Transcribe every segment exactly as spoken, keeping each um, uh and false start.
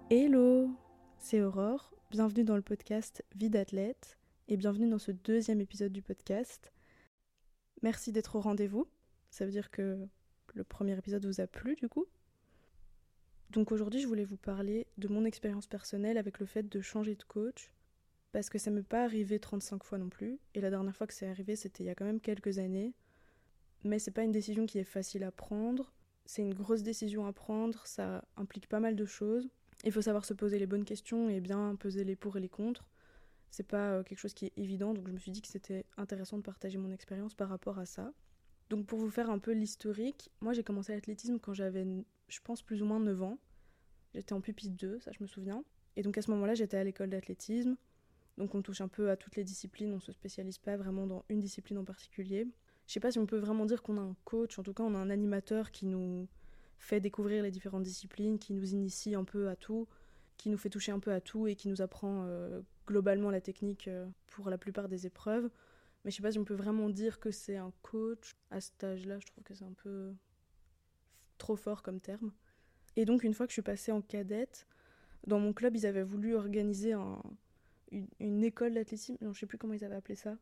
Hello, c'est Aurore, bienvenue dans le podcast Vie d'athlète et bienvenue dans ce deuxième épisode du podcast. Merci d'être au rendez-vous, ça veut dire que le premier épisode vous a plu du coup. Donc aujourd'hui je voulais vous parler de mon expérience personnelle avec le fait de changer de coach parce que ça ne m'est pas arrivé trente-cinq fois non plus et la dernière fois que c'est arrivé c'était il y a quand même quelques années, mais c'est pas une décision qui est facile à prendre, c'est une grosse décision à prendre, ça implique pas mal de choses. Il faut savoir se poser les bonnes questions et bien peser les pour et les contre. C'est pas euh, quelque chose qui est évident, donc je me suis dit que c'était intéressant de partager mon expérience par rapport à ça. Donc pour vous faire un peu l'historique, moi j'ai commencé l'athlétisme quand j'avais, je pense, plus ou moins neuf ans. J'étais en pupille deux, ça je me souviens. Et donc à ce moment-là, j'étais à l'école d'athlétisme. Donc on touche un peu à toutes les disciplines, on se spécialise pas vraiment dans une discipline en particulier. Je sais pas si on peut vraiment dire qu'on a un coach, en tout cas on a un animateur qui nous fait découvrir les différentes disciplines, qui nous initie un peu à tout, qui nous fait toucher un peu à tout et qui nous apprend euh, globalement la technique euh, pour la plupart des épreuves. Mais je sais pas si on peut vraiment dire que c'est un coach. À cet âge-là, je trouve que c'est un peu trop fort comme terme. Et donc une fois que je suis passée en cadette, dans mon club, ils avaient voulu organiser un, une, une école d'athlétisme, non, je sais plus comment ils avaient appelé ça,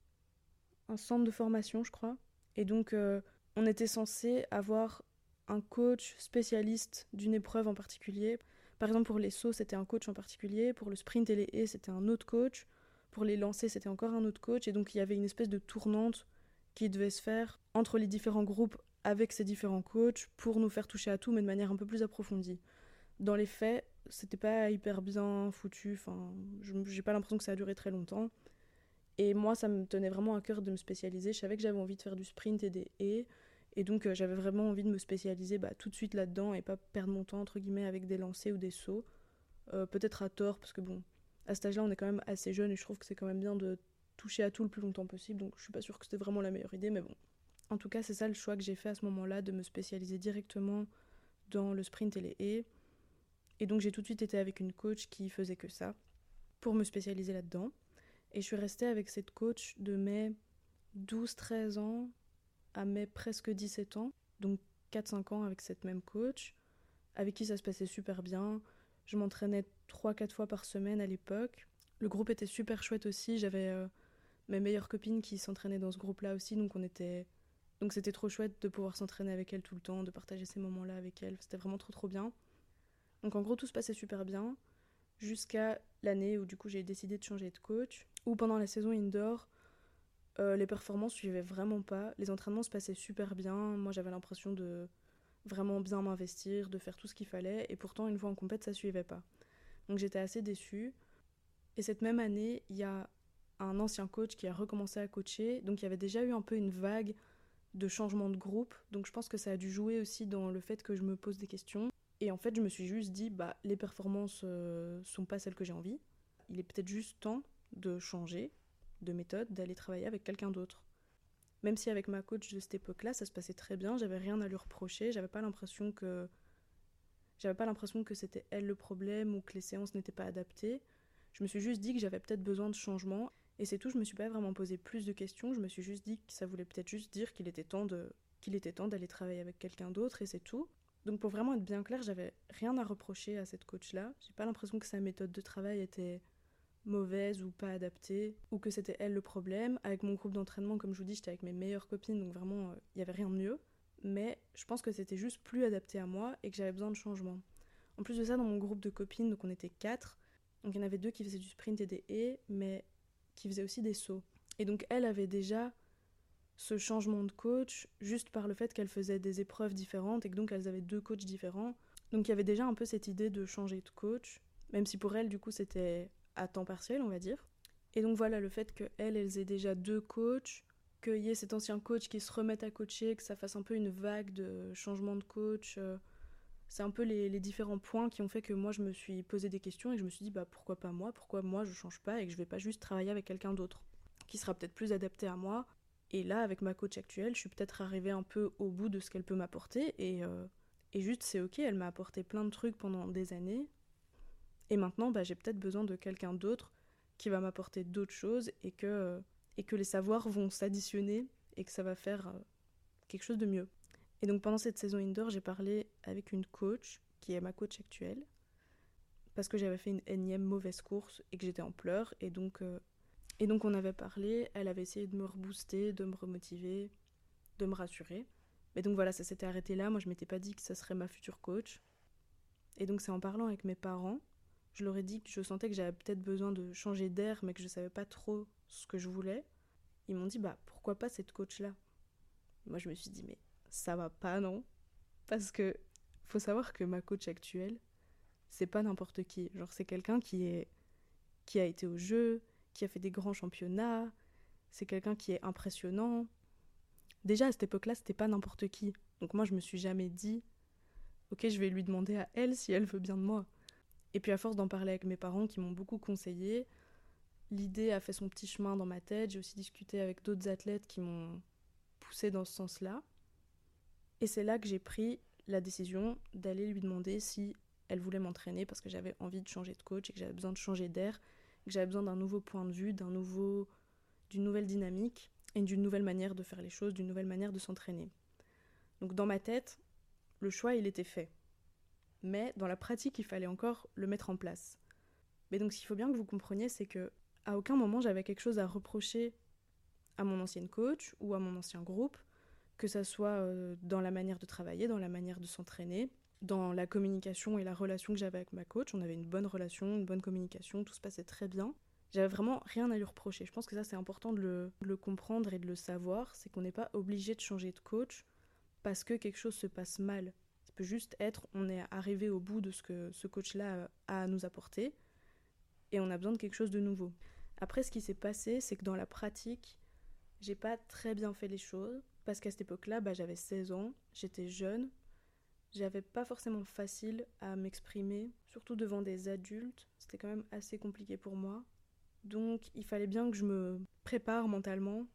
un centre de formation, je crois. Et donc, euh, on était censé avoir un coach spécialiste d'une épreuve en particulier. Par exemple, pour les sauts, c'était un coach en particulier. Pour le sprint et les haies, c'était un autre coach. Pour les lancers, c'était encore un autre coach. Et donc, il y avait une espèce de tournante qui devait se faire entre les différents groupes avec ces différents coachs pour nous faire toucher à tout, mais de manière un peu plus approfondie. Dans les faits, c'était pas hyper bien foutu. Enfin, j'ai pas l'impression que ça a duré très longtemps. Et moi, ça me tenait vraiment à cœur de me spécialiser. Je savais que j'avais envie de faire du sprint et des haies. Et donc, euh, j'avais vraiment envie de me spécialiser bah, tout de suite là-dedans et pas perdre mon temps, entre guillemets, avec des lancers ou des sauts. Euh, peut-être à tort, parce que bon, à cet âge-là, on est quand même assez jeune et je trouve que c'est quand même bien de toucher à tout le plus longtemps possible. Donc, je suis pas sûre que c'était vraiment la meilleure idée, mais bon. En tout cas, c'est ça le choix que j'ai fait à ce moment-là, de me spécialiser directement dans le sprint et les haies. Et donc, j'ai tout de suite été avec une coach qui faisait que ça, pour me spécialiser là-dedans. Et je suis restée avec cette coach de mes douze treize ans à mes presque dix-sept ans, donc quatre cinq ans avec cette même coach, avec qui ça se passait super bien. Je m'entraînais trois quatre fois par semaine à l'époque. Le groupe était super chouette aussi, j'avais euh, mes meilleures copines qui s'entraînaient dans ce groupe-là aussi, donc on était... Donc c'était trop chouette de pouvoir s'entraîner avec elle tout le temps, de partager ces moments-là avec elle, c'était vraiment trop trop bien. Donc en gros tout se passait super bien, jusqu'à l'année où du coup j'ai décidé de changer de coach, où pendant la saison indoor, Euh, les performances suivaient vraiment pas. Les entraînements se passaient super bien. Moi, j'avais l'impression de vraiment bien m'investir, de faire tout ce qu'il fallait. Et pourtant, une fois en compète, ça suivait pas. Donc j'étais assez déçue. Et cette même année, il y a un ancien coach qui a recommencé à coacher. Donc il y avait déjà eu un peu une vague de changement de groupe. Donc je pense que ça a dû jouer aussi dans le fait que je me pose des questions. Et en fait, je me suis juste dit, bah, les performances euh, sont pas celles que j'ai envie. Il est peut-être juste temps de changer de méthode, d'aller travailler avec quelqu'un d'autre. Même si avec ma coach de cette époque-là, ça se passait très bien, j'avais rien à lui reprocher, j'avais pas l'impression que j'avais pas l'impression que c'était elle le problème ou que les séances n'étaient pas adaptées. Je me suis juste dit que j'avais peut-être besoin de changement et c'est tout, je me suis pas vraiment posé plus de questions, je me suis juste dit que ça voulait peut-être juste dire qu'il était temps de qu'il était temps d'aller travailler avec quelqu'un d'autre et c'est tout. Donc pour vraiment être bien clair, j'avais rien à reprocher à cette coach-là. J'ai pas l'impression que sa méthode de travail était mauvaise ou pas adaptée, ou que c'était elle le problème. Avec mon groupe d'entraînement, comme je vous dis, j'étais avec mes meilleures copines, donc vraiment, il euh, n'y avait rien de mieux. Mais je pense que c'était juste plus adapté à moi et que j'avais besoin de changement. En plus de ça, dans mon groupe de copines, donc on était quatre, donc il y en avait deux qui faisaient du sprint et des haies, mais qui faisaient aussi des sauts. Et donc elle avait déjà ce changement de coach juste par le fait qu'elle faisait des épreuves différentes et que donc elles avaient deux coachs différents. Donc il y avait déjà un peu cette idée de changer de coach, même si pour elle, du coup, c'était à temps partiel, on va dire. Et donc voilà, le fait qu'elles, elles aient déjà deux coachs, qu'il y ait cet ancien coach qui se remette à coacher, que ça fasse un peu une vague de changement de coach, euh, c'est un peu les, les différents points qui ont fait que moi, je me suis posé des questions et je me suis dit, bah pourquoi pas moi, pourquoi moi je change pas et que je vais pas juste travailler avec quelqu'un d'autre, qui sera peut-être plus adapté à moi. Et là, avec ma coach actuelle, je suis peut-être arrivée un peu au bout de ce qu'elle peut m'apporter et, euh, et juste c'est ok, elle m'a apporté plein de trucs pendant des années. Et maintenant, bah, j'ai peut-être besoin de quelqu'un d'autre qui va m'apporter d'autres choses et que, et que les savoirs vont s'additionner et que ça va faire euh, quelque chose de mieux. Et donc pendant cette saison indoor, j'ai parlé avec une coach qui est ma coach actuelle parce que j'avais fait une énième mauvaise course et que j'étais en pleurs. Et donc, euh, et donc on avait parlé, elle avait essayé de me rebooster, de me remotiver, de me rassurer. Mais donc voilà, ça s'était arrêté là. Moi, je m'étais pas dit que ça serait ma future coach. Et donc c'est en parlant avec mes parents, je leur ai dit que je sentais que j'avais peut-être besoin de changer d'air, mais que je savais pas trop ce que je voulais. Ils m'ont dit, bah pourquoi pas cette coach-là ? Moi, je me suis dit, mais ça va pas, non ? Parce que faut savoir que ma coach actuelle, c'est pas n'importe qui. Genre, c'est quelqu'un qui est qui a été au jeu, qui a fait des grands championnats, c'est quelqu'un qui est impressionnant. Déjà, à cette époque-là, c'était pas n'importe qui. Donc moi, je me suis jamais dit, ok, je vais lui demander à elle si elle veut bien de moi. Et puis à force d'en parler avec mes parents qui m'ont beaucoup conseillé, l'idée a fait son petit chemin dans ma tête. J'ai aussi discuté avec d'autres athlètes qui m'ont poussée dans ce sens-là. Et c'est là que j'ai pris la décision d'aller lui demander si elle voulait m'entraîner parce que j'avais envie de changer de coach et que j'avais besoin de changer d'air, que j'avais besoin d'un nouveau point de vue, d'un nouveau, d'une nouvelle dynamique et d'une nouvelle manière de faire les choses, d'une nouvelle manière de s'entraîner. Donc dans ma tête, le choix, il était fait. Mais dans la pratique, il fallait encore le mettre en place. Mais donc ce qu'il faut bien que vous compreniez, c'est que à aucun moment j'avais quelque chose à reprocher à mon ancienne coach ou à mon ancien groupe, que ça soit euh, dans la manière de travailler, dans la manière de s'entraîner, dans la communication et la relation que j'avais avec ma coach. On avait une bonne relation, une bonne communication, tout se passait très bien. J'avais vraiment rien à lui reprocher. Je pense que ça, c'est important de le, de le comprendre et de le savoir, c'est qu'on n'est pas obligé de changer de coach parce que quelque chose se passe mal. Ça peut juste être, on est arrivé au bout de ce que ce coach-là a à nous apporter et on a besoin de quelque chose de nouveau. Après, ce qui s'est passé, c'est que dans la pratique, j'ai pas très bien fait les choses parce qu'à cette époque-là, bah, j'avais seize ans, j'étais jeune, j'avais pas forcément facile à m'exprimer, surtout devant des adultes, c'était quand même assez compliqué pour moi. Donc il fallait bien que je me prépare mentalement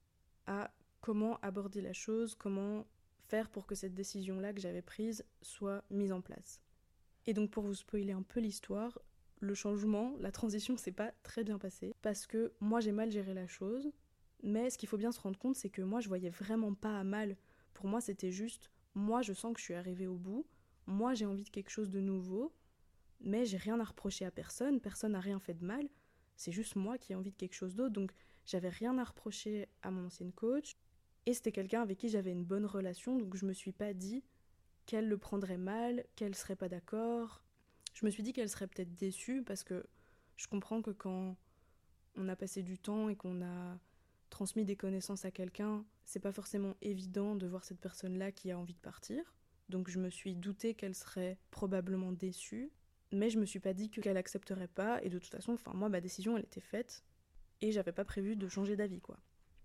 à comment aborder la chose, comment faire pour que cette décision-là que j'avais prise soit mise en place. Et donc pour vous spoiler un peu l'histoire, le changement, la transition s'est pas très bien passée parce que moi j'ai mal géré la chose, mais ce qu'il faut bien se rendre compte, c'est que moi je voyais vraiment pas à mal. Pour moi c'était juste, moi je sens que je suis arrivée au bout, moi j'ai envie de quelque chose de nouveau, mais j'ai rien à reprocher à personne, personne n'a rien fait de mal, c'est juste moi qui ai envie de quelque chose d'autre, donc j'avais rien à reprocher à mon ancienne coach, et c'était quelqu'un avec qui j'avais une bonne relation, donc je me suis pas dit qu'elle le prendrait mal, qu'elle serait pas d'accord. Je me suis dit qu'elle serait peut-être déçue, parce que je comprends que quand on a passé du temps et qu'on a transmis des connaissances à quelqu'un, c'est pas forcément évident de voir cette personne-là qui a envie de partir. Donc je me suis doutée qu'elle serait probablement déçue, mais je me suis pas dit qu'elle accepterait pas, et de toute façon, enfin moi ma décision elle était faite, et j'avais pas prévu de changer d'avis quoi.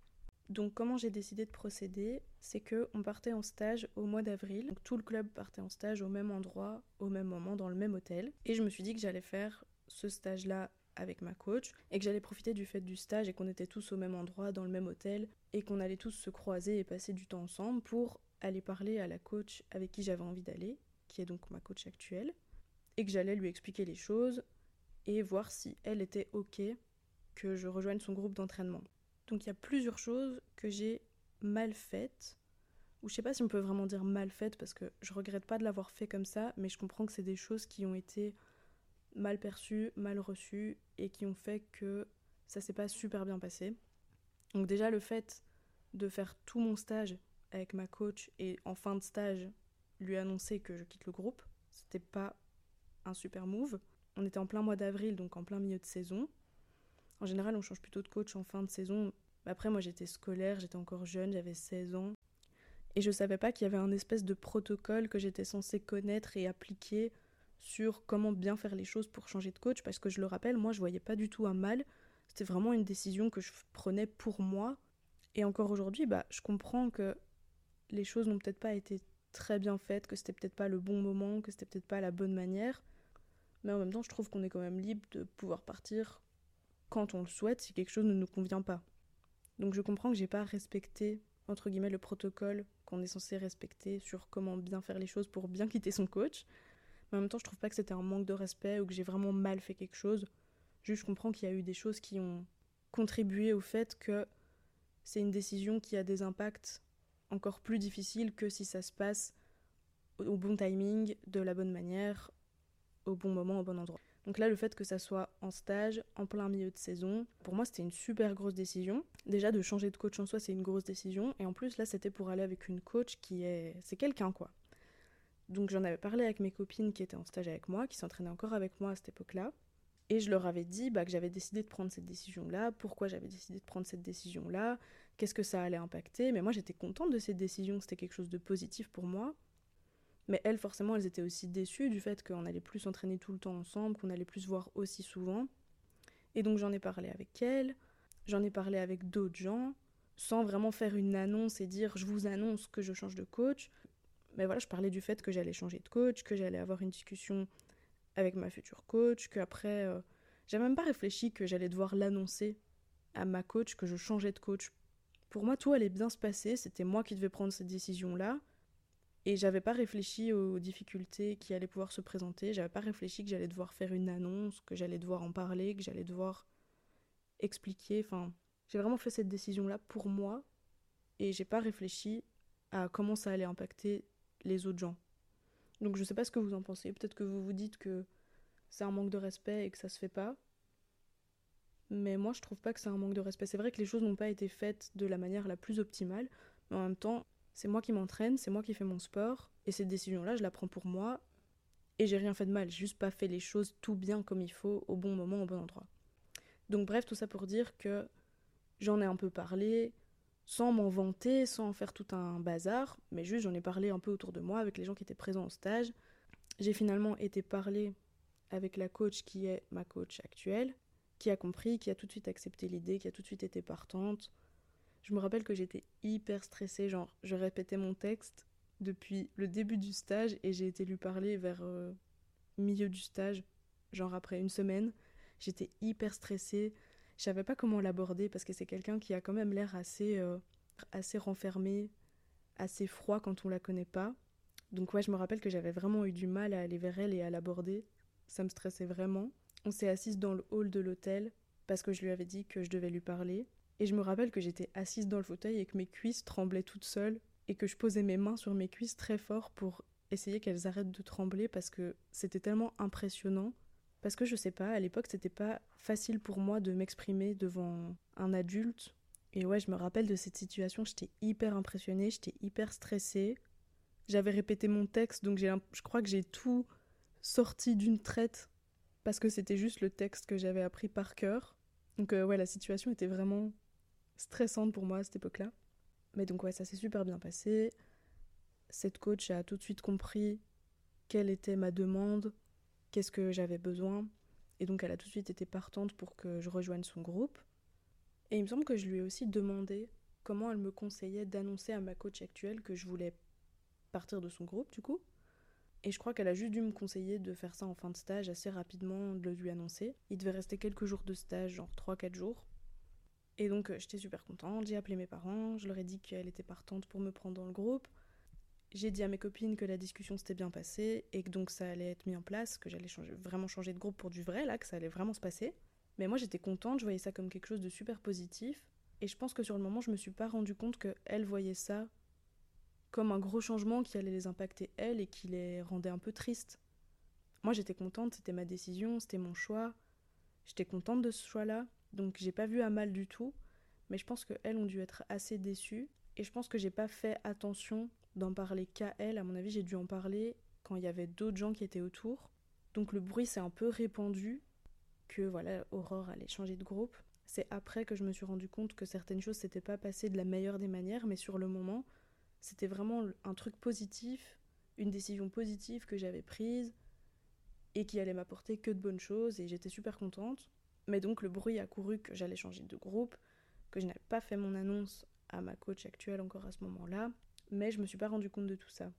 Donc comment j'ai décidé de procéder, c'est qu'on partait en stage au mois d'avril, donc tout le club partait en stage au même endroit, au même moment, dans le même hôtel, et je me suis dit que j'allais faire ce stage-là avec ma coach, et que j'allais profiter du fait du stage et qu'on était tous au même endroit, dans le même hôtel, et qu'on allait tous se croiser et passer du temps ensemble pour aller parler à la coach avec qui j'avais envie d'aller, qui est donc ma coach actuelle, et que j'allais lui expliquer les choses et voir si elle était ok que je rejoigne son groupe d'entraînement. Donc il y a plusieurs choses que j'ai mal faites, ou je sais pas si on peut vraiment dire mal faites parce que je regrette pas de l'avoir fait comme ça, mais je comprends que c'est des choses qui ont été mal perçues, mal reçues et qui ont fait que ça s'est pas super bien passé. Donc déjà le fait de faire tout mon stage avec ma coach et en fin de stage lui annoncer que je quitte le groupe, c'était pas un super move. On était en plein mois d'avril, donc en plein milieu de saison. En général, on change plutôt de coach en fin de saison. Après, moi, j'étais scolaire, j'étais encore jeune, j'avais seize ans. Et je savais pas qu'il y avait un espèce de protocole que j'étais censée connaître et appliquer sur comment bien faire les choses pour changer de coach. Parce que je le rappelle, moi, je voyais pas du tout un mal. C'était vraiment une décision que je prenais pour moi. Et encore aujourd'hui, bah, je comprends que les choses n'ont peut-être pas été très bien faites, que c'était peut-être pas le bon moment, que c'était peut-être pas la bonne manière. Mais en même temps, je trouve qu'on est quand même libre de pouvoir partir quand on le souhaite si quelque chose ne nous convient pas. Donc je comprends que j'ai pas respecté, entre guillemets, le protocole qu'on est censé respecter sur comment bien faire les choses pour bien quitter son coach. Mais en même temps, je trouve pas que c'était un manque de respect ou que j'ai vraiment mal fait quelque chose. Juste, je comprends qu'il y a eu des choses qui ont contribué au fait que c'est une décision qui a des impacts encore plus difficiles que si ça se passe au bon timing, de la bonne manière, au bon moment, au bon endroit. Donc là, le fait que ça soit en stage, en plein milieu de saison, pour moi, c'était une super grosse décision. Déjà, de changer de coach en soi, c'est une grosse décision. Et en plus, là, c'était pour aller avec une coach qui est... C'est quelqu'un, quoi. Donc j'en avais parlé avec mes copines qui étaient en stage avec moi, qui s'entraînaient encore avec moi à cette époque-là. Et je leur avais dit bah, que j'avais décidé de prendre cette décision-là, pourquoi j'avais décidé de prendre cette décision-là, qu'est-ce que ça allait impacter. Mais moi, j'étais contente de cette décision, c'était quelque chose de positif pour moi. Mais elles, forcément, elles étaient aussi déçues du fait qu'on allait plus s'entraîner tout le temps ensemble, qu'on allait plus se voir aussi souvent. Et donc j'en ai parlé avec elles, j'en ai parlé avec d'autres gens, sans vraiment faire une annonce et dire je vous annonce que je change de coach. Mais voilà, je parlais du fait que j'allais changer de coach, que j'allais avoir une discussion avec ma future coach, qu'après, euh, j'avais même pas réfléchi que j'allais devoir l'annoncer à ma coach que je changeais de coach. Pour moi, tout allait bien se passer, c'était moi qui devais prendre cette décision-là. Et j'avais pas réfléchi aux difficultés qui allaient pouvoir se présenter, j'avais pas réfléchi que j'allais devoir faire une annonce, que j'allais devoir en parler, que j'allais devoir expliquer. Enfin, j'ai vraiment fait cette décision-là pour moi et j'ai pas réfléchi à comment ça allait impacter les autres gens. Donc je sais pas ce que vous en pensez, peut-être que vous vous dites que c'est un manque de respect et que ça se fait pas. Mais moi je trouve pas que c'est un manque de respect. C'est vrai que les choses n'ont pas été faites de la manière la plus optimale, mais en même temps, c'est moi qui m'entraîne, c'est moi qui fais mon sport, et cette décision-là, je la prends pour moi, et j'ai rien fait de mal, j'ai juste pas fait les choses tout bien comme il faut, au bon moment, au bon endroit. Donc bref, tout ça pour dire que j'en ai un peu parlé, sans m'en vanter, sans en faire tout un bazar, mais juste j'en ai parlé un peu autour de moi avec les gens qui étaient présents au stage. J'ai finalement été parler avec la coach qui est ma coach actuelle, qui a compris, qui a tout de suite accepté l'idée, qui a tout de suite été partante. Je me rappelle que j'étais hyper stressée, genre je répétais mon texte depuis le début du stage et j'ai été lui parler vers euh, milieu du stage, genre après une semaine. J'étais hyper stressée, je savais pas comment l'aborder parce que c'est quelqu'un qui a quand même l'air assez, euh, assez renfermé, assez froid quand on la connaît pas. Donc ouais, je me rappelle que j'avais vraiment eu du mal à aller vers elle et à l'aborder. Ça me stressait vraiment. On s'est assise dans le hall de l'hôtel parce que je lui avais dit que je devais lui parler. Et je me rappelle que j'étais assise dans le fauteuil et que mes cuisses tremblaient toutes seules et que je posais mes mains sur mes cuisses très fort pour essayer qu'elles arrêtent de trembler parce que c'était tellement impressionnant. Parce que je sais pas, à l'époque c'était pas facile pour moi de m'exprimer devant un adulte. Et ouais, je me rappelle de cette situation, j'étais hyper impressionnée, j'étais hyper stressée. J'avais répété mon texte, donc j'ai, je crois que j'ai tout sorti d'une traite parce que c'était juste le texte que j'avais appris par cœur. Donc euh, ouais, la situation était vraiment stressante pour moi à cette époque-là. Mais donc ouais, ça s'est super bien passé. Cette coach a tout de suite compris quelle était ma demande, qu'est-ce que j'avais besoin. Et donc elle a tout de suite été partante pour que je rejoigne son groupe. Et il me semble que je lui ai aussi demandé comment elle me conseillait d'annoncer à ma coach actuelle que je voulais partir de son groupe du coup. Et je crois qu'elle a juste dû me conseiller de faire ça en fin de stage assez rapidement, de le lui annoncer. Il devait rester quelques jours de stage, genre trois quatre jours. Et donc euh, j'étais super contente, j'ai appelé mes parents, je leur ai dit qu'elle était partante pour me prendre dans le groupe. J'ai dit à mes copines que la discussion s'était bien passée et que donc ça allait être mis en place, que j'allais changer, vraiment changer de groupe pour du vrai, là, que ça allait vraiment se passer. Mais moi j'étais contente, je voyais ça comme quelque chose de super positif. Et je pense que sur le moment, je me suis pas rendu compte qu'elle voyait ça comme un gros changement qui allait les impacter elles et qui les rendait un peu tristes. Moi j'étais contente, c'était ma décision, c'était mon choix. J'étais contente de ce choix-là, donc j'ai pas vu à mal du tout. Mais je pense qu'elles ont dû être assez déçues. Et je pense que j'ai pas fait attention d'en parler qu'à elles. À mon avis, j'ai dû en parler quand il y avait d'autres gens qui étaient autour. Donc le bruit s'est un peu répandu que voilà, Aurore allait changer de groupe. C'est après que je me suis rendu compte que certaines choses s'étaient pas passées de la meilleure des manières, mais sur le moment, c'était vraiment un truc positif, une décision positive que j'avais prise et qui allait m'apporter que de bonnes choses et j'étais super contente. Mais donc le bruit a couru que j'allais changer de groupe, que je n'avais pas fait mon annonce à ma coach actuelle encore à ce moment-là, mais je me suis pas rendu compte de tout ça.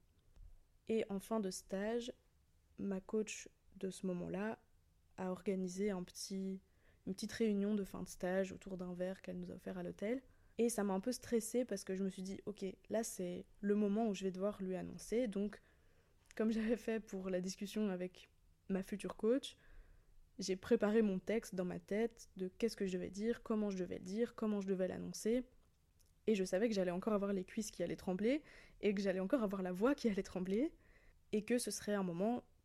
Et en fin de stage, ma coach de ce moment-là a organisé un petit, une petite réunion de fin de stage autour d'un verre qu'elle nous a offert à l'hôtel. Et ça m'a un peu stressée parce que je me suis dit, ok, là c'est le moment où je vais devoir lui annoncer. Donc, comme j'avais fait pour la discussion avec ma future coach, j'ai préparé mon texte dans ma tête de qu'est-ce que je devais dire, comment je devais le dire, comment je devais l'annoncer. Et je savais que j'allais encore avoir les cuisses qui allaient trembler et que j'allais encore avoir la voix qui allait trembler et que ce serait un moment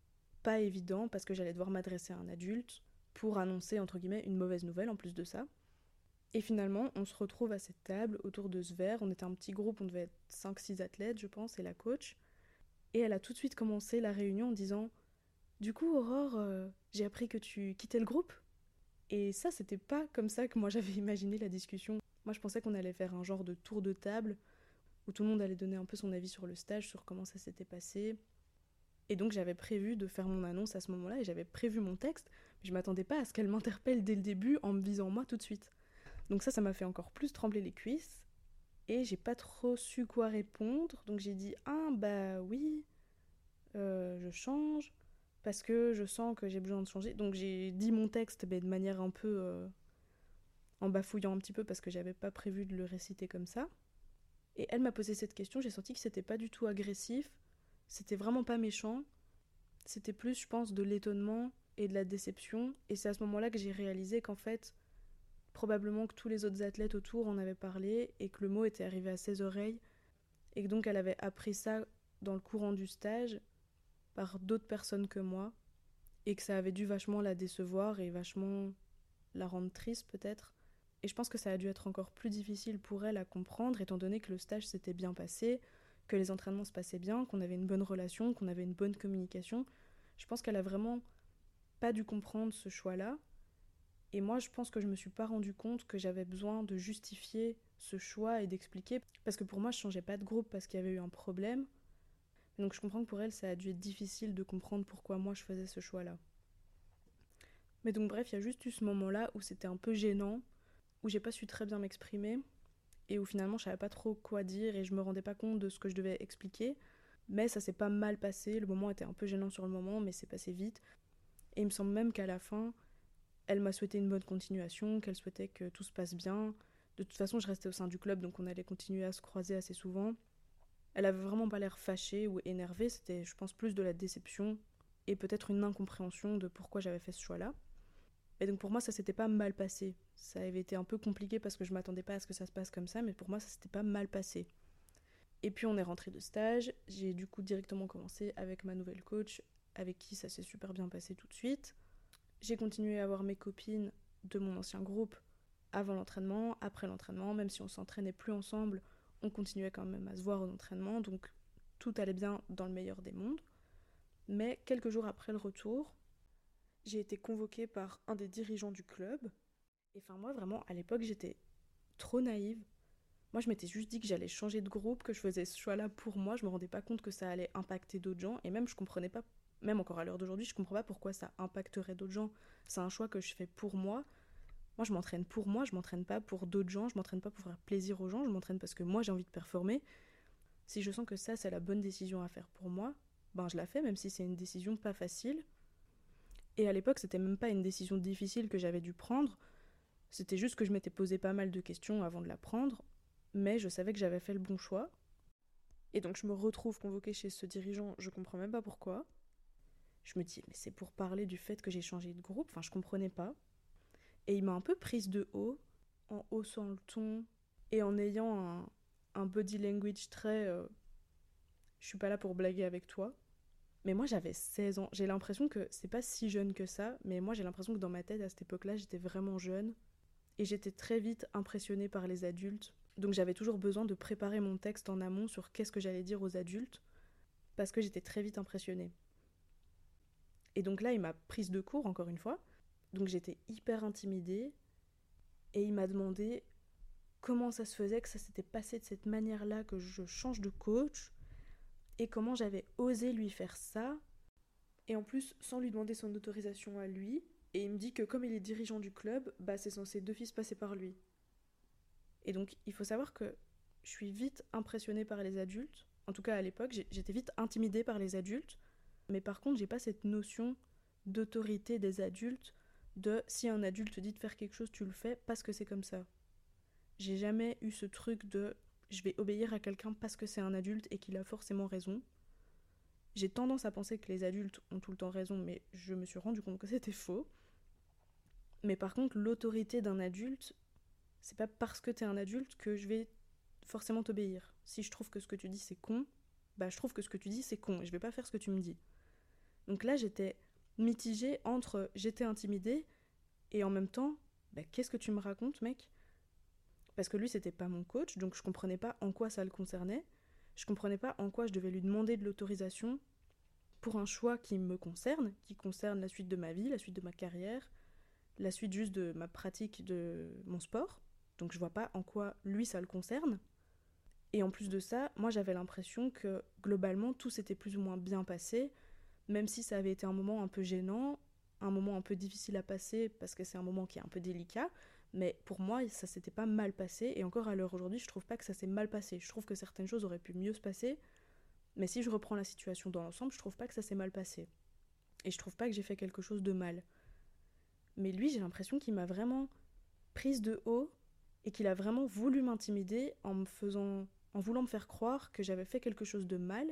pas évident parce que j'allais devoir m'adresser à un adulte pour annoncer, entre guillemets, une mauvaise nouvelle en plus de ça. Et finalement, on se retrouve à cette table autour de ce verre. On était un petit groupe, on devait être cinq six athlètes, je pense, et la coach. Et elle a tout de suite commencé la réunion en disant « Du coup, Aurore, euh, j'ai appris que tu quittais le groupe ?» Et ça, c'était pas comme ça que moi j'avais imaginé la discussion. Moi, je pensais qu'on allait faire un genre de tour de table où tout le monde allait donner un peu son avis sur le stage, sur comment ça s'était passé. Et donc, j'avais prévu de faire mon annonce à ce moment-là et j'avais prévu mon texte, mais je m'attendais pas à ce qu'elle m'interpelle dès le début en me visant moi tout de suite. Donc ça, ça m'a fait encore plus trembler les cuisses et j'ai pas trop su quoi répondre. Donc j'ai dit « Ah, bah oui, euh, je change parce que je sens que j'ai besoin de changer. » Donc j'ai dit mon texte mais de manière un peu... Euh, en bafouillant un petit peu parce que j'avais pas prévu de le réciter comme ça. Et elle m'a posé cette question, j'ai senti que c'était pas du tout agressif, c'était vraiment pas méchant, c'était plus, je pense, de l'étonnement et de la déception. Et c'est à ce moment-là que j'ai réalisé qu'en fait, probablement que tous les autres athlètes autour en avaient parlé et que le mot était arrivé à ses oreilles et que donc elle avait appris ça dans le courant du stage par d'autres personnes que moi et que ça avait dû vachement la décevoir et vachement la rendre triste peut-être. Et je pense que ça a dû être encore plus difficile pour elle à comprendre, étant donné que le stage s'était bien passé, que les entraînements se passaient bien, qu'on avait une bonne relation, qu'on avait une bonne communication. Je pense qu'elle a vraiment pas dû comprendre ce choix-là. Et moi, je pense que je me suis pas rendu compte que j'avais besoin de justifier ce choix et d'expliquer. Parce que pour moi, je changeais pas de groupe parce qu'il y avait eu un problème. Donc je comprends que pour elle, ça a dû être difficile de comprendre pourquoi moi je faisais ce choix-là. Mais donc bref, il y a juste eu ce moment-là où c'était un peu gênant, où j'ai pas su très bien m'exprimer et où finalement je savais pas trop quoi dire et je me rendais pas compte de ce que je devais expliquer. Mais ça s'est pas mal passé, le moment était un peu gênant sur le moment, mais c'est passé vite. Et il me semble même qu'à la fin, elle m'a souhaité une bonne continuation, qu'elle souhaitait que tout se passe bien. De toute façon, je restais au sein du club, donc on allait continuer à se croiser assez souvent. Elle avait vraiment pas l'air fâchée ou énervée, c'était, je pense, plus de la déception et peut-être une incompréhension de pourquoi j'avais fait ce choix-là. Et donc pour moi, ça s'était pas mal passé. Ça avait été un peu compliqué parce que je m'attendais pas à ce que ça se passe comme ça, mais pour moi, ça s'était pas mal passé. Et puis on est rentré de stage, j'ai du coup directement commencé avec ma nouvelle coach, avec qui ça s'est super bien passé tout de suite. J'ai continué à voir mes copines de mon ancien groupe avant l'entraînement, après l'entraînement, même si on s'entraînait plus ensemble, on continuait quand même à se voir aux entraînements, donc tout allait bien dans le meilleur des mondes. Mais quelques jours après le retour, j'ai été convoquée par un des dirigeants du club. Et enfin moi vraiment, à l'époque, j'étais trop naïve. Moi, je m'étais juste dit que j'allais changer de groupe, que je faisais ce choix-là pour moi. Je me rendais pas compte que ça allait impacter d'autres gens. Et même, je comprenais pas, même encore à l'heure d'aujourd'hui, je comprends pas pourquoi ça impacterait d'autres gens. C'est un choix que je fais pour moi. Moi, je m'entraîne pour moi, je m'entraîne pas pour d'autres gens, je m'entraîne pas pour faire plaisir aux gens, je m'entraîne parce que moi, j'ai envie de performer. Si je sens que ça, c'est la bonne décision à faire pour moi, ben je la fais, même si c'est une décision pas facile. Et à l'époque, c'était même pas une décision difficile que j'avais dû prendre. C'était juste que je m'étais posé pas mal de questions avant de la prendre, mais je savais que j'avais fait le bon choix. Et donc je me retrouve convoquée chez ce dirigeant, je comprends même pas pourquoi. Je me dis, mais c'est pour parler du fait que j'ai changé de groupe, enfin je comprenais pas. Et il m'a un peu prise de haut, en haussant le ton, et en ayant un, un body language très... Euh, je suis pas là pour blaguer avec toi. Mais moi j'avais seize ans, j'ai l'impression que c'est pas si jeune que ça, mais moi j'ai l'impression que dans ma tête à cette époque-là j'étais vraiment jeune. Et j'étais très vite impressionnée par les adultes. Donc j'avais toujours besoin de préparer mon texte en amont sur qu'est-ce que j'allais dire aux adultes, parce que j'étais très vite impressionnée. Et donc là, il m'a prise de court, encore une fois. Donc j'étais hyper intimidée. Et il m'a demandé comment ça se faisait que ça s'était passé de cette manière-là, que je change de coach, et comment j'avais osé lui faire ça. Et en plus, sans lui demander son autorisation à lui. Et il me dit que comme il est dirigeant du club, bah c'est censé d'office passer par lui. Et donc, il faut savoir que je suis vite impressionnée par les adultes. En tout cas, à l'époque, j'étais vite intimidée par les adultes. Mais par contre, j'ai pas cette notion d'autorité des adultes, de si un adulte te dit de faire quelque chose, tu le fais parce que c'est comme ça. J'ai jamais eu ce truc de je vais obéir à quelqu'un parce que c'est un adulte et qu'il a forcément raison. J'ai tendance à penser que les adultes ont tout le temps raison, mais je me suis rendu compte que c'était faux. Mais par contre, l'autorité d'un adulte, c'est pas parce que t'es un adulte que je vais forcément t'obéir. Si je trouve que ce que tu dis c'est con, bah je trouve que ce que tu dis c'est con et je vais pas faire ce que tu me dis. Donc là j'étais mitigée entre j'étais intimidée et en même temps, bah, qu'est-ce que tu me racontes, mec ? Parce que lui, c'était pas mon coach, donc je comprenais pas en quoi ça le concernait. Je comprenais pas en quoi je devais lui demander de l'autorisation pour un choix qui me concerne, qui concerne la suite de ma vie, la suite de ma carrière, la suite juste de ma pratique de mon sport. Donc je vois pas en quoi lui ça le concerne. Et en plus de ça, moi j'avais l'impression que globalement tout s'était plus ou moins bien passé, même si ça avait été un moment un peu gênant, un moment un peu difficile à passer parce que c'est un moment qui est un peu délicat, mais pour moi ça s'était pas mal passé, et encore à l'heure aujourd'hui je trouve pas que ça s'est mal passé. Je trouve que certaines choses auraient pu mieux se passer, mais si je reprends la situation dans l'ensemble, je trouve pas que ça s'est mal passé. Et je trouve pas que j'ai fait quelque chose de mal. Mais lui, j'ai l'impression qu'il m'a vraiment prise de haut et qu'il a vraiment voulu m'intimider en me faisant, en voulant me faire croire que j'avais fait quelque chose de mal.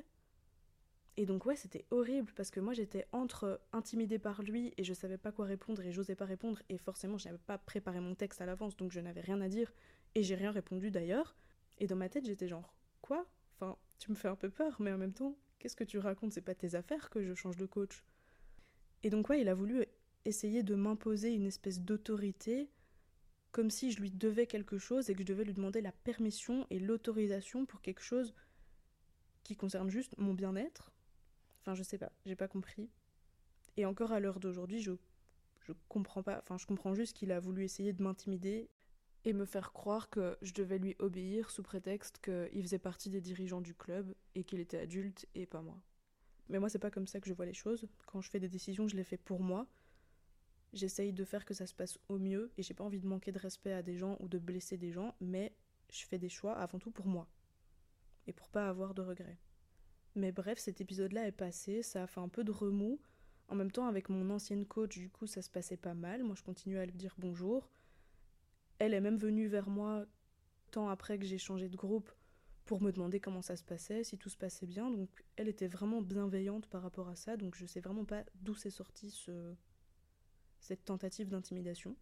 Et donc ouais, c'était horrible parce que moi j'étais entre intimidée par lui et je savais pas quoi répondre et j'osais pas répondre, et forcément je n'avais pas préparé mon texte à l'avance, donc je n'avais rien à dire et j'ai rien répondu d'ailleurs. Et dans ma tête j'étais genre quoi ? Enfin, tu me fais un peu peur, mais en même temps, qu'est-ce que tu racontes ? C'est pas tes affaires que je change de coach. Et donc ouais, il a voulu essayer de m'imposer une espèce d'autorité, comme si je lui devais quelque chose et que je devais lui demander la permission et l'autorisation pour quelque chose qui concerne juste mon bien-être. Enfin, je sais pas, j'ai pas compris. Et encore à l'heure d'aujourd'hui, je, je comprends pas, enfin, je comprends juste qu'il a voulu essayer de m'intimider et me faire croire que je devais lui obéir sous prétexte qu'il faisait partie des dirigeants du club et qu'il était adulte et pas moi. Mais moi, c'est pas comme ça que je vois les choses. Quand je fais des décisions, je les fais pour moi. J'essaye de faire que ça se passe au mieux et j'ai pas envie de manquer de respect à des gens ou de blesser des gens, mais je fais des choix avant tout pour moi et pour pas avoir de regrets. Mais bref, cet épisode-là est passé, ça a fait un peu de remous. En même temps, avec mon ancienne coach, du coup, ça se passait pas mal. Moi, je continuais à lui dire bonjour. Elle est même venue vers moi, tant après que j'ai changé de groupe, pour me demander comment ça se passait, si tout se passait bien. Donc, elle était vraiment bienveillante par rapport à ça. Donc, je sais vraiment pas d'où s'est sorti ce... cette tentative d'intimidation.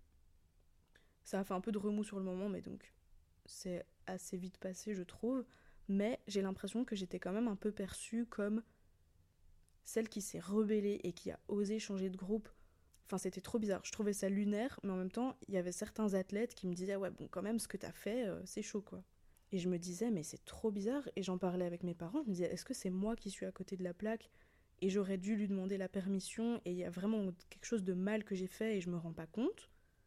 Ça a fait un peu de remous sur le moment, mais donc, c'est assez vite passé, je trouve. Mais j'ai l'impression que j'étais quand même un peu perçue comme celle qui s'est rebellée et qui a osé changer de groupe. Enfin, c'était trop bizarre. Je trouvais ça lunaire, mais en même temps, il y avait certains athlètes qui me disaient « Ouais, bon, quand même, ce que t'as fait, euh, c'est chaud, quoi. » Et je me disais « Mais c'est trop bizarre. » Et j'en parlais avec mes parents. Je me disais « Est-ce que c'est moi qui suis à côté de la plaque et j'aurais dû lui demander la permission et il y a vraiment quelque chose de mal que j'ai fait et je me rends pas compte ?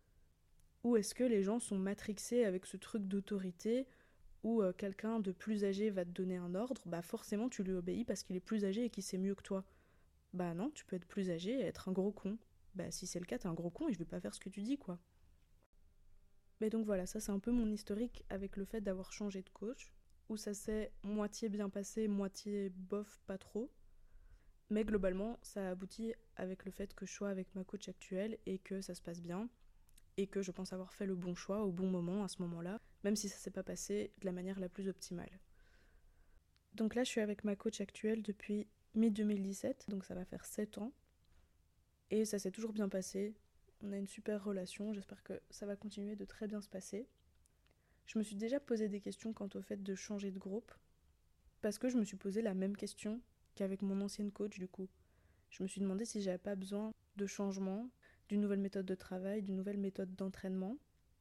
Ou est-ce que les gens sont matrixés avec ce truc d'autorité où euh, quelqu'un de plus âgé va te donner un ordre, bah forcément tu lui obéis parce qu'il est plus âgé et qu'il sait mieux que toi. Bah non, tu peux être plus âgé et être un gros con. Bah si c'est le cas, t'es un gros con et je vais pas faire ce que tu dis, quoi. Mais donc voilà, ça c'est un peu mon historique avec le fait d'avoir changé de coach, où ça s'est moitié bien passé, moitié bof, pas trop. Mais globalement, ça a abouti avec le fait que je sois avec ma coach actuelle et que ça se passe bien, et que je pense avoir fait le bon choix au bon moment, à ce moment-là, même si ça s'est pas passé de la manière la plus optimale. Donc là, je suis avec ma coach actuelle depuis mi deux mille dix-sept, donc ça va faire sept ans. Et ça s'est toujours bien passé. On a une super relation, j'espère que ça va continuer de très bien se passer. Je me suis déjà posé des questions quant au fait de changer de groupe, parce que je me suis posé la même question qu'avec mon ancienne coach du coup. Je me suis demandé si j'avais pas besoin de changement, d'une nouvelle méthode de travail, d'une nouvelle méthode d'entraînement.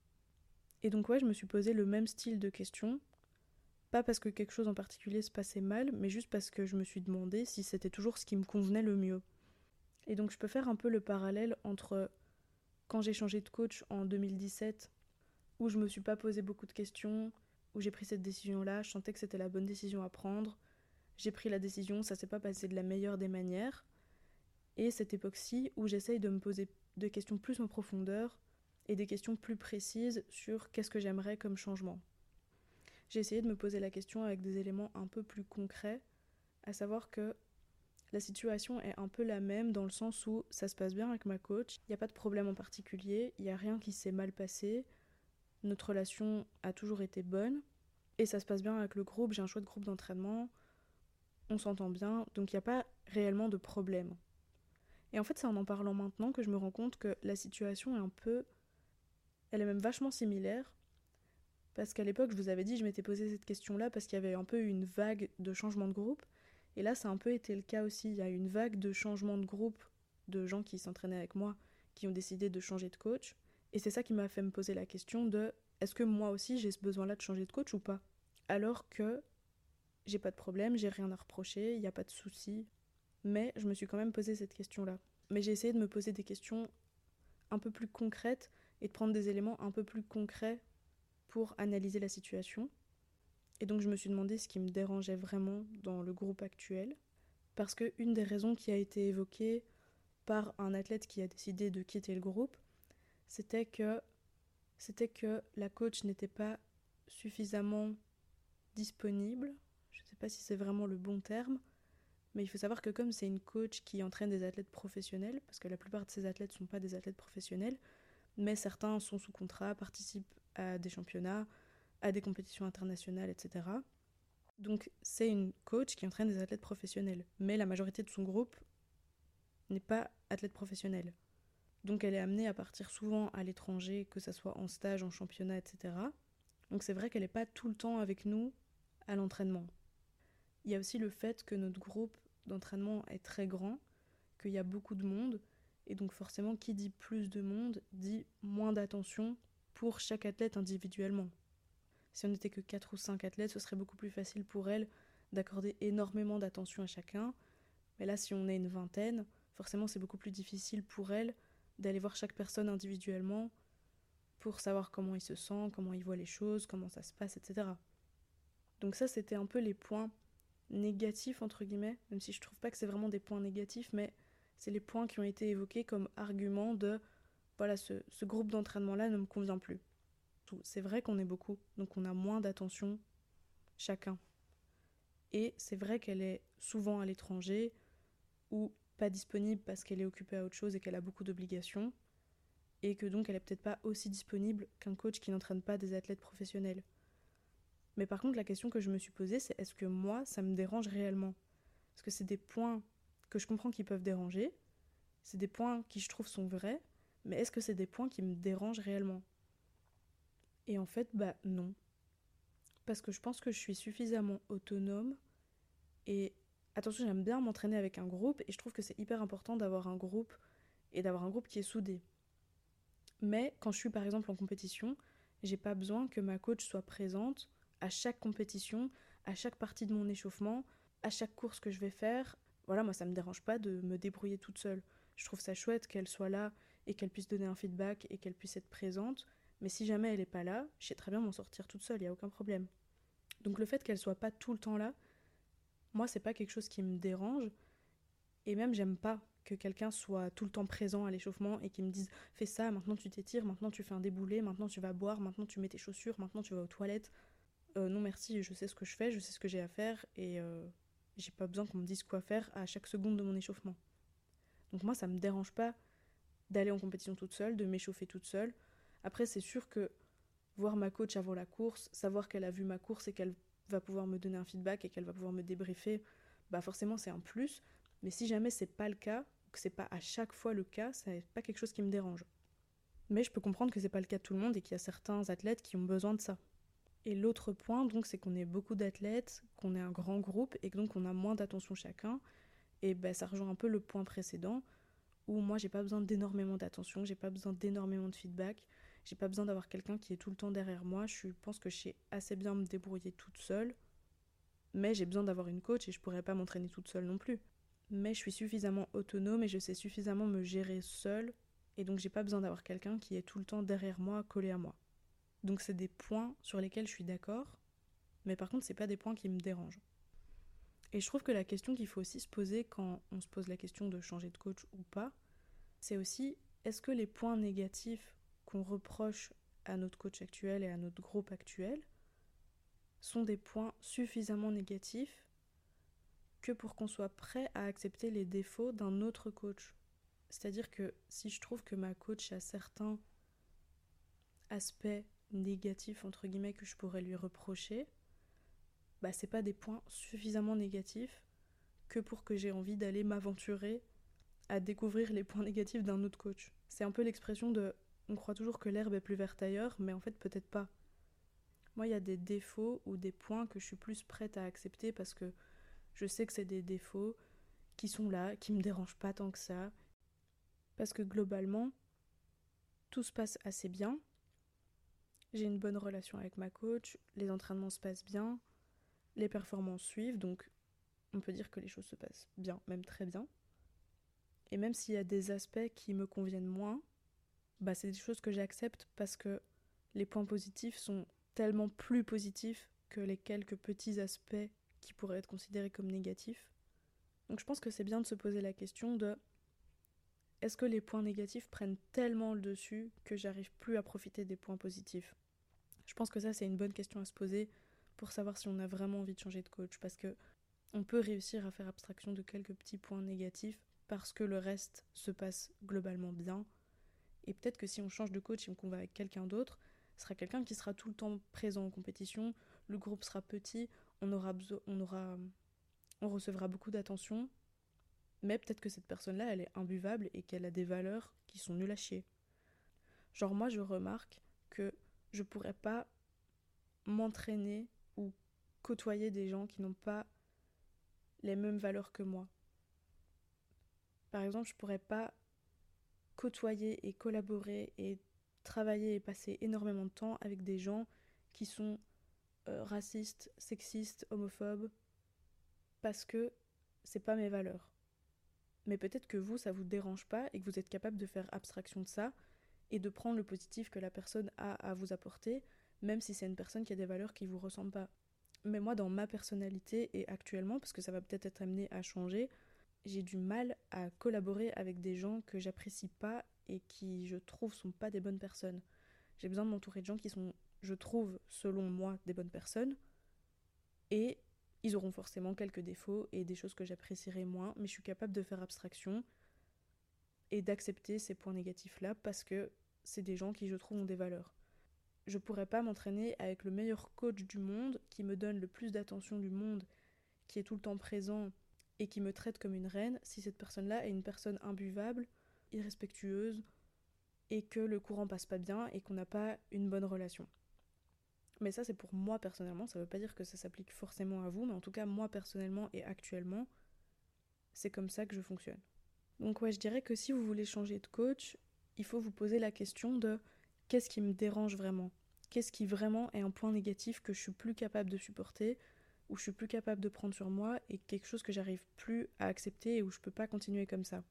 Et donc ouais, je me suis posé le même style de questions, pas parce que quelque chose en particulier se passait mal, mais juste parce que je me suis demandé si c'était toujours ce qui me convenait le mieux. Et donc je peux faire un peu le parallèle entre quand j'ai changé de coach en deux mille dix-sept, où je me suis pas posé beaucoup de questions, où j'ai pris cette décision-là, je sentais que c'était la bonne décision à prendre, j'ai pris la décision, ça s'est pas passé de la meilleure des manières, et cette époque-ci où j'essaye de me poser des questions plus en profondeur et des questions plus précises sur qu'est-ce que j'aimerais comme changement. J'ai essayé de me poser la question avec des éléments un peu plus concrets, à savoir que la situation est un peu la même dans le sens où ça se passe bien avec ma coach, il n'y a pas de problème en particulier, il n'y a rien qui s'est mal passé, notre relation a toujours été bonne, et ça se passe bien avec le groupe, j'ai un chouette groupe d'entraînement, on s'entend bien, donc il n'y a pas réellement de problème. Et en fait, c'est en en parlant maintenant que je me rends compte que la situation est un peu... Elle est même vachement similaire, parce qu'à l'époque, je vous avais dit, je m'étais posé cette question-là parce qu'il y avait un peu une vague de changement de groupe, et là, ça a un peu été le cas aussi, il y a une vague de changement de groupe de gens qui s'entraînaient avec moi qui ont décidé de changer de coach. Et c'est ça qui m'a fait me poser la question de est-ce que moi aussi j'ai ce besoin-là de changer de coach ou pas ? Alors que j'ai pas de problème, j'ai rien à reprocher, il n'y a pas de souci. Mais je me suis quand même posé cette question-là. Mais j'ai essayé de me poser des questions un peu plus concrètes et de prendre des éléments un peu plus concrets pour analyser la situation. Et donc je me suis demandé ce qui me dérangeait vraiment dans le groupe actuel. Parce qu'une des raisons qui a été évoquée par un athlète qui a décidé de quitter le groupe, c'était que, c'était que la coach n'était pas suffisamment disponible. Je ne sais pas si c'est vraiment le bon terme, mais il faut savoir que comme c'est une coach qui entraîne des athlètes professionnels, parce que la plupart de ces athlètes ne sont pas des athlètes professionnels, mais certains sont sous contrat, participent à des championnats, à des compétitions internationales, et cetera. Donc c'est une coach qui entraîne des athlètes professionnels, mais la majorité de son groupe n'est pas athlète professionnel. Donc elle est amenée à partir souvent à l'étranger, que ce soit en stage, en championnat, et cetera. Donc c'est vrai qu'elle n'est pas tout le temps avec nous à l'entraînement. Il y a aussi le fait que notre groupe d'entraînement est très grand, qu'il y a beaucoup de monde, et donc forcément qui dit plus de monde dit moins d'attention pour chaque athlète individuellement. Si on n'était que quatre ou cinq athlètes, ce serait beaucoup plus facile pour elle d'accorder énormément d'attention à chacun. Mais là, si on est une vingtaine, forcément c'est beaucoup plus difficile pour elle d'aller voir chaque personne individuellement pour savoir comment il se sent, comment il voit les choses, comment ça se passe, et cetera. Donc ça, c'était un peu les points négatifs, entre guillemets, même si je trouve pas que c'est vraiment des points négatifs, mais c'est les points qui ont été évoqués comme argument de voilà, ce, ce groupe d'entraînement-là ne me convient plus. C'est vrai qu'on est beaucoup, donc on a moins d'attention chacun. Et c'est vrai qu'elle est souvent à l'étranger ou pas disponible parce qu'elle est occupée à autre chose et qu'elle a beaucoup d'obligations, et que donc elle est peut-être pas aussi disponible qu'un coach qui n'entraîne pas des athlètes professionnels. Mais par contre, la question que je me suis posée, c'est est-ce que moi, ça me dérange réellement ? Parce que c'est des points que je comprends qui peuvent déranger, c'est des points qui je trouve sont vrais, mais est-ce que c'est des points qui me dérangent réellement ? Et en fait, bah non. Parce que je pense que je suis suffisamment autonome et attention, j'aime bien m'entraîner avec un groupe et je trouve que c'est hyper important d'avoir un groupe et d'avoir un groupe qui est soudé. Mais quand je suis par exemple en compétition, j'ai pas besoin que ma coach soit présente à chaque compétition, à chaque partie de mon échauffement, à chaque course que je vais faire. Voilà, moi ça me dérange pas de me débrouiller toute seule. Je trouve ça chouette qu'elle soit là et qu'elle puisse donner un feedback et qu'elle puisse être présente. Mais si jamais elle est pas là, je sais très bien m'en sortir toute seule, il y a aucun problème. Donc le fait qu'elle soit pas tout le temps là, moi c'est pas quelque chose qui me dérange. Et même j'aime pas que quelqu'un soit tout le temps présent à l'échauffement et qu'il me dise « fais ça, maintenant tu t'étires, maintenant tu fais un déboulé, maintenant tu vas boire, maintenant tu mets tes chaussures, maintenant tu vas aux toilettes. Euh, » Non merci, je sais ce que je fais, je sais ce que j'ai à faire et euh, j'ai pas besoin qu'on me dise quoi faire à chaque seconde de mon échauffement. Donc moi ça me dérange pas d'aller en compétition toute seule, de m'échauffer toute seule. Après c'est sûr que voir ma coach avant la course, savoir qu'elle a vu ma course et qu'elle va pouvoir me donner un feedback et qu'elle va pouvoir me débriefer, bah forcément c'est un plus. Mais si jamais c'est pas le cas, ou que c'est pas à chaque fois le cas, c'est pas quelque chose qui me dérange. Mais je peux comprendre que c'est pas le cas de tout le monde et qu'il y a certains athlètes qui ont besoin de ça. Et l'autre point, donc, c'est qu'on est beaucoup d'athlètes, qu'on est un grand groupe et que donc on a moins d'attention chacun. Et ben ça rejoint un peu le point précédent où moi j'ai pas besoin d'énormément d'attention, j'ai pas besoin d'énormément de feedback, j'ai pas besoin d'avoir quelqu'un qui est tout le temps derrière moi. Je pense que je sais assez bien me débrouiller toute seule, mais j'ai besoin d'avoir une coach et je pourrais pas m'entraîner toute seule non plus. Mais je suis suffisamment autonome et je sais suffisamment me gérer seule, et donc j'ai pas besoin d'avoir quelqu'un qui est tout le temps derrière moi, collé à moi. Donc c'est des points sur lesquels je suis d'accord, mais par contre c'est pas des points qui me dérangent. Et je trouve que la question qu'il faut aussi se poser quand on se pose la question de changer de coach ou pas, c'est aussi est-ce que les points négatifs qu'on reproche à notre coach actuel et à notre groupe actuel sont des points suffisamment négatifs que pour qu'on soit prêt à accepter les défauts d'un autre coach. C'est-à-dire que si je trouve que ma coach a certains aspects négatifs, entre guillemets, que je pourrais lui reprocher, bah c'est pas des points suffisamment négatifs que pour que j'ai envie d'aller m'aventurer à découvrir les points négatifs d'un autre coach. C'est un peu l'expression de on croit toujours que l'herbe est plus verte ailleurs, mais en fait peut-être pas. Moi il y a des défauts ou des points que je suis plus prête à accepter parce que je sais que c'est des défauts qui sont là, qui me dérangent pas tant que ça, Parce que globalement, tout se passe assez bien. J'ai une bonne relation avec ma coach, les entraînements se passent bien, les performances suivent, donc on peut dire que les choses se passent bien, même très bien. Et même s'il y a des aspects qui me conviennent moins, bah c'est des choses que j'accepte parce que les points positifs sont tellement plus positifs que les quelques petits aspects qui pourraient être considérés comme négatifs. Donc je pense que c'est bien de se poser la question de est-ce que les points négatifs prennent tellement le dessus que j'arrive plus à profiter des points positifs ? Je pense que ça c'est une bonne question à se poser pour savoir si on a vraiment envie de changer de coach, parce que on peut réussir à faire abstraction de quelques petits points négatifs parce que le reste se passe globalement bien. Et peut-être que si on change de coach et qu'on va avec quelqu'un d'autre, ce sera quelqu'un qui sera tout le temps présent en compétition, le groupe sera petit, on aura, beso- on aura, on recevra beaucoup d'attention, mais peut-être que cette personne-là, elle est imbuvable et qu'elle a des valeurs qui sont nulles à chier. Genre moi, je remarque que je pourrais pas m'entraîner ou côtoyer des gens qui n'ont pas les mêmes valeurs que moi. Par exemple, je pourrais pas côtoyer et collaborer et travailler et passer énormément de temps avec des gens qui sont euh, racistes, sexistes, homophobes, parce que c'est pas mes valeurs. Mais peut-être que vous, ça vous dérange pas et que vous êtes capable de faire abstraction de ça et de prendre le positif que la personne a à vous apporter, même si c'est une personne qui a des valeurs qui vous ressemblent pas. Mais moi, dans ma personnalité et actuellement, parce que ça va peut-être être amené à changer, j'ai du mal à collaborer avec des gens que j'apprécie pas et qui, je trouve, sont pas des bonnes personnes. J'ai besoin de m'entourer de gens qui sont, je trouve, selon moi, des bonnes personnes. Et ils auront forcément quelques défauts et des choses que j'apprécierai moins, mais je suis capable de faire abstraction et d'accepter ces points négatifs-là parce que c'est des gens qui, je trouve, ont des valeurs. Je pourrais pas m'entraîner avec le meilleur coach du monde, qui me donne le plus d'attention du monde, qui est tout le temps présent et qui me traite comme une reine, si cette personne-là est une personne imbuvable, irrespectueuse, et que le courant passe pas bien et qu'on n'a pas une bonne relation. Mais ça, c'est pour moi personnellement, ça veut pas dire que ça s'applique forcément à vous, mais en tout cas, moi personnellement et actuellement, c'est comme ça que je fonctionne. Donc ouais, je dirais que si vous voulez changer de coach, il faut vous poser la question de qu'est-ce qui me dérange vraiment ? Qu'est-ce qui vraiment est un point négatif que je suis plus capable de supporter, où je suis plus capable de prendre sur moi et quelque chose que j'arrive plus à accepter et où je peux pas continuer comme ça.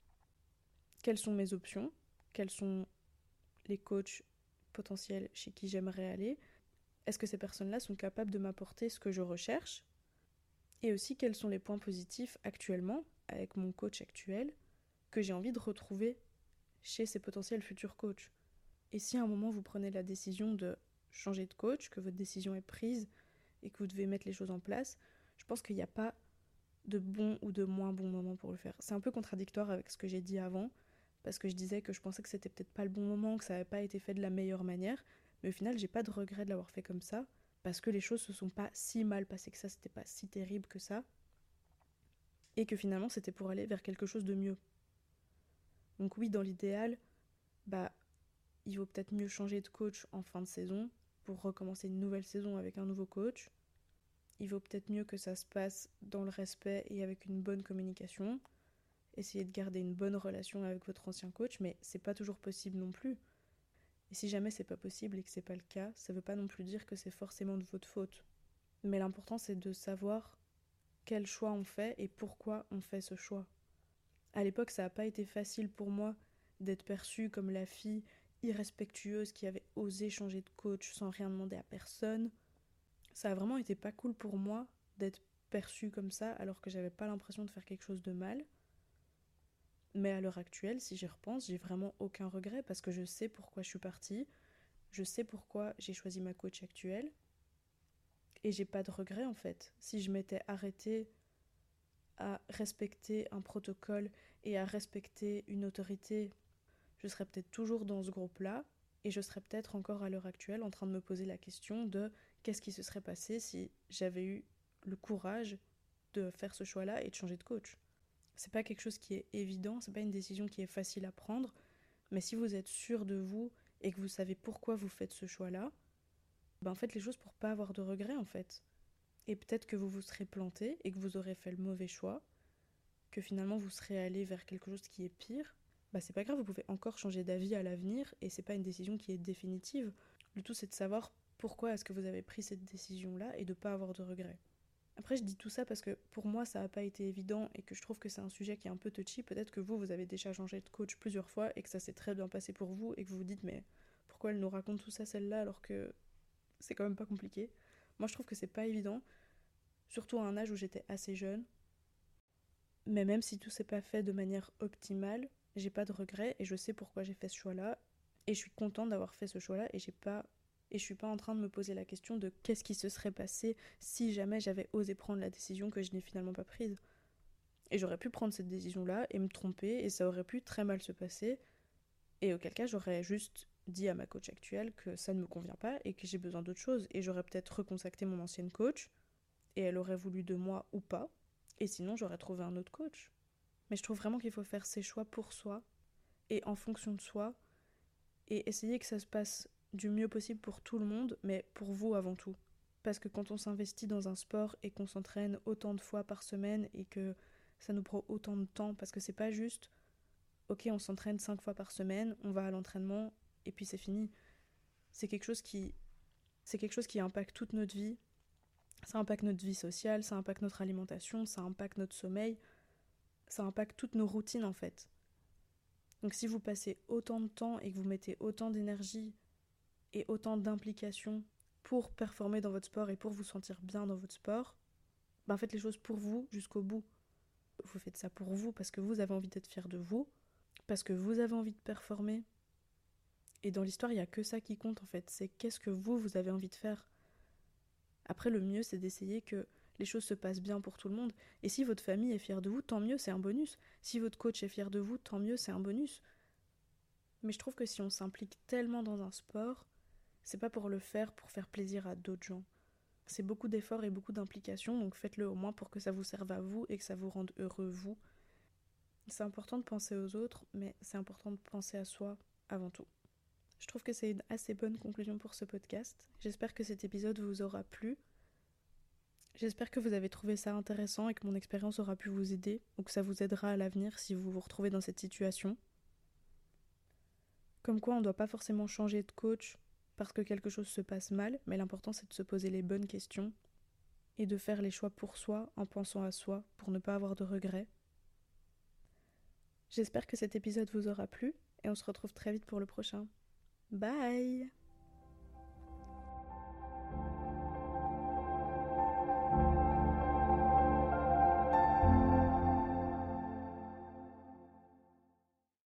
Quelles sont mes options ? Quels sont les coachs potentiels chez qui j'aimerais aller ? Est-ce que ces personnes-là sont capables de m'apporter ce que je recherche ? Et aussi, quels sont les points positifs actuellement, avec mon coach actuel, que j'ai envie de retrouver chez ces potentiels futurs coachs ? Et si à un moment vous prenez la décision de changer de coach, que votre décision est prise et que vous devez mettre les choses en place, je pense qu'il n'y a pas de bon ou de moins bon moment pour le faire. C'est un peu contradictoire avec ce que j'ai dit avant, parce que je disais que je pensais que c'était peut-être pas le bon moment, que ça n'avait pas été fait de la meilleure manière, mais au final j'ai pas de regret de l'avoir fait comme ça, parce que les choses se sont pas si mal passées que ça, c'était pas si terrible que ça, et que finalement c'était pour aller vers quelque chose de mieux. Donc oui, dans l'idéal, bah il vaut peut-être mieux changer de coach en fin de saison pour recommencer une nouvelle saison avec un nouveau coach. Il vaut peut-être mieux que ça se passe dans le respect et avec une bonne communication. Essayez de garder une bonne relation avec votre ancien coach, mais c'est pas toujours possible non plus. Et si jamais c'est pas possible et que c'est pas le cas, ça veut pas non plus dire que c'est forcément de votre faute. Mais l'important c'est de savoir quel choix on fait et pourquoi on fait ce choix. À l'époque, ça a pas été facile pour moi d'être perçue comme la fille irrespectueuse qui avait osé changer de coach sans rien demander à personne. Ça a vraiment été pas cool pour moi d'être perçue comme ça alors que j'avais pas l'impression de faire quelque chose de mal. Mais à l'heure actuelle, si j'y repense, j'ai vraiment aucun regret parce que je sais pourquoi je suis partie, je sais pourquoi j'ai choisi ma coach actuelle et j'ai pas de regret en fait. Si je m'étais arrêtée à respecter un protocole et à respecter une autorité, je serais peut-être toujours dans ce groupe-là et je serais peut-être encore à l'heure actuelle en train de me poser la question de qu'est-ce qui se serait passé si j'avais eu le courage de faire ce choix-là et de changer de coach. C'est pas quelque chose qui est évident, c'est pas une décision qui est facile à prendre, mais si vous êtes sûr de vous et que vous savez pourquoi vous faites ce choix-là, ben faites les choses pour pas avoir de regrets en fait. Et peut-être que vous vous serez planté et que vous aurez fait le mauvais choix, que finalement vous serez allé vers quelque chose qui est pire, bah c'est pas grave, vous pouvez encore changer d'avis à l'avenir et c'est pas une décision qui est définitive. Le tout c'est de savoir pourquoi est-ce que vous avez pris cette décision-là et de pas avoir de regrets. Après je dis tout ça parce que pour moi ça n'a pas été évident et que je trouve que c'est un sujet qui est un peu touchy. Peut-être que vous, vous avez déjà changé de coach plusieurs fois et que ça s'est très bien passé pour vous et que vous vous dites mais pourquoi elle nous raconte tout ça celle-là alors que c'est quand même pas compliqué. Moi je trouve que c'est pas évident, surtout à un âge où j'étais assez jeune. Mais même si tout s'est pas fait de manière optimale, j'ai pas de regrets et je sais pourquoi j'ai fait ce choix-là. Et je suis contente d'avoir fait ce choix-là et j'ai pas. Et je suis pas en train de me poser la question de qu'est-ce qui se serait passé si jamais j'avais osé prendre la décision que je n'ai finalement pas prise. Et j'aurais pu prendre cette décision-là et me tromper et ça aurait pu très mal se passer. Et auquel cas, j'aurais juste dit à ma coach actuelle que ça ne me convient pas et que j'ai besoin d'autre chose. Et j'aurais peut-être recontacté mon ancienne coach et elle aurait voulu de moi ou pas. Et sinon, j'aurais trouvé un autre coach. Mais je trouve vraiment qu'il faut faire ses choix pour soi et en fonction de soi et essayer que ça se passe du mieux possible pour tout le monde, mais pour vous avant tout. Parce que quand on s'investit dans un sport et qu'on s'entraîne autant de fois par semaine et que ça nous prend autant de temps, parce que c'est pas juste, ok, on s'entraîne cinq fois par semaine, on va à l'entraînement et puis c'est fini. C'est quelque chose qui, c'est quelque chose qui impacte toute notre vie. Ça impacte notre vie sociale, ça impacte notre alimentation, ça impacte notre sommeil, ça impacte toutes nos routines en fait. Donc si vous passez autant de temps et que vous mettez autant d'énergie et autant d'implication pour performer dans votre sport et pour vous sentir bien dans votre sport, ben faites les choses pour vous jusqu'au bout. Vous faites ça pour vous parce que vous avez envie d'être fier de vous, parce que vous avez envie de performer. Et dans l'histoire, il n'y a que ça qui compte en fait. C'est qu'est-ce que vous, vous avez envie de faire. Après, le mieux, c'est d'essayer que les choses se passent bien pour tout le monde. Et si votre famille est fière de vous, tant mieux, c'est un bonus. Si votre coach est fier de vous, tant mieux, c'est un bonus. Mais je trouve que si on s'implique tellement dans un sport, c'est pas pour le faire pour faire plaisir à d'autres gens. C'est beaucoup d'efforts et beaucoup d'implications, donc faites-le au moins pour que ça vous serve à vous et que ça vous rende heureux vous. C'est important de penser aux autres, mais c'est important de penser à soi avant tout. Je trouve que c'est une assez bonne conclusion pour ce podcast. J'espère que cet épisode vous aura plu. J'espère que vous avez trouvé ça intéressant et que mon expérience aura pu vous aider ou que ça vous aidera à l'avenir si vous vous retrouvez dans cette situation. Comme quoi on ne doit pas forcément changer de coach parce que quelque chose se passe mal, mais l'important c'est de se poser les bonnes questions et de faire les choix pour soi en pensant à soi pour ne pas avoir de regrets. J'espère que cet épisode vous aura plu et on se retrouve très vite pour le prochain. Bye!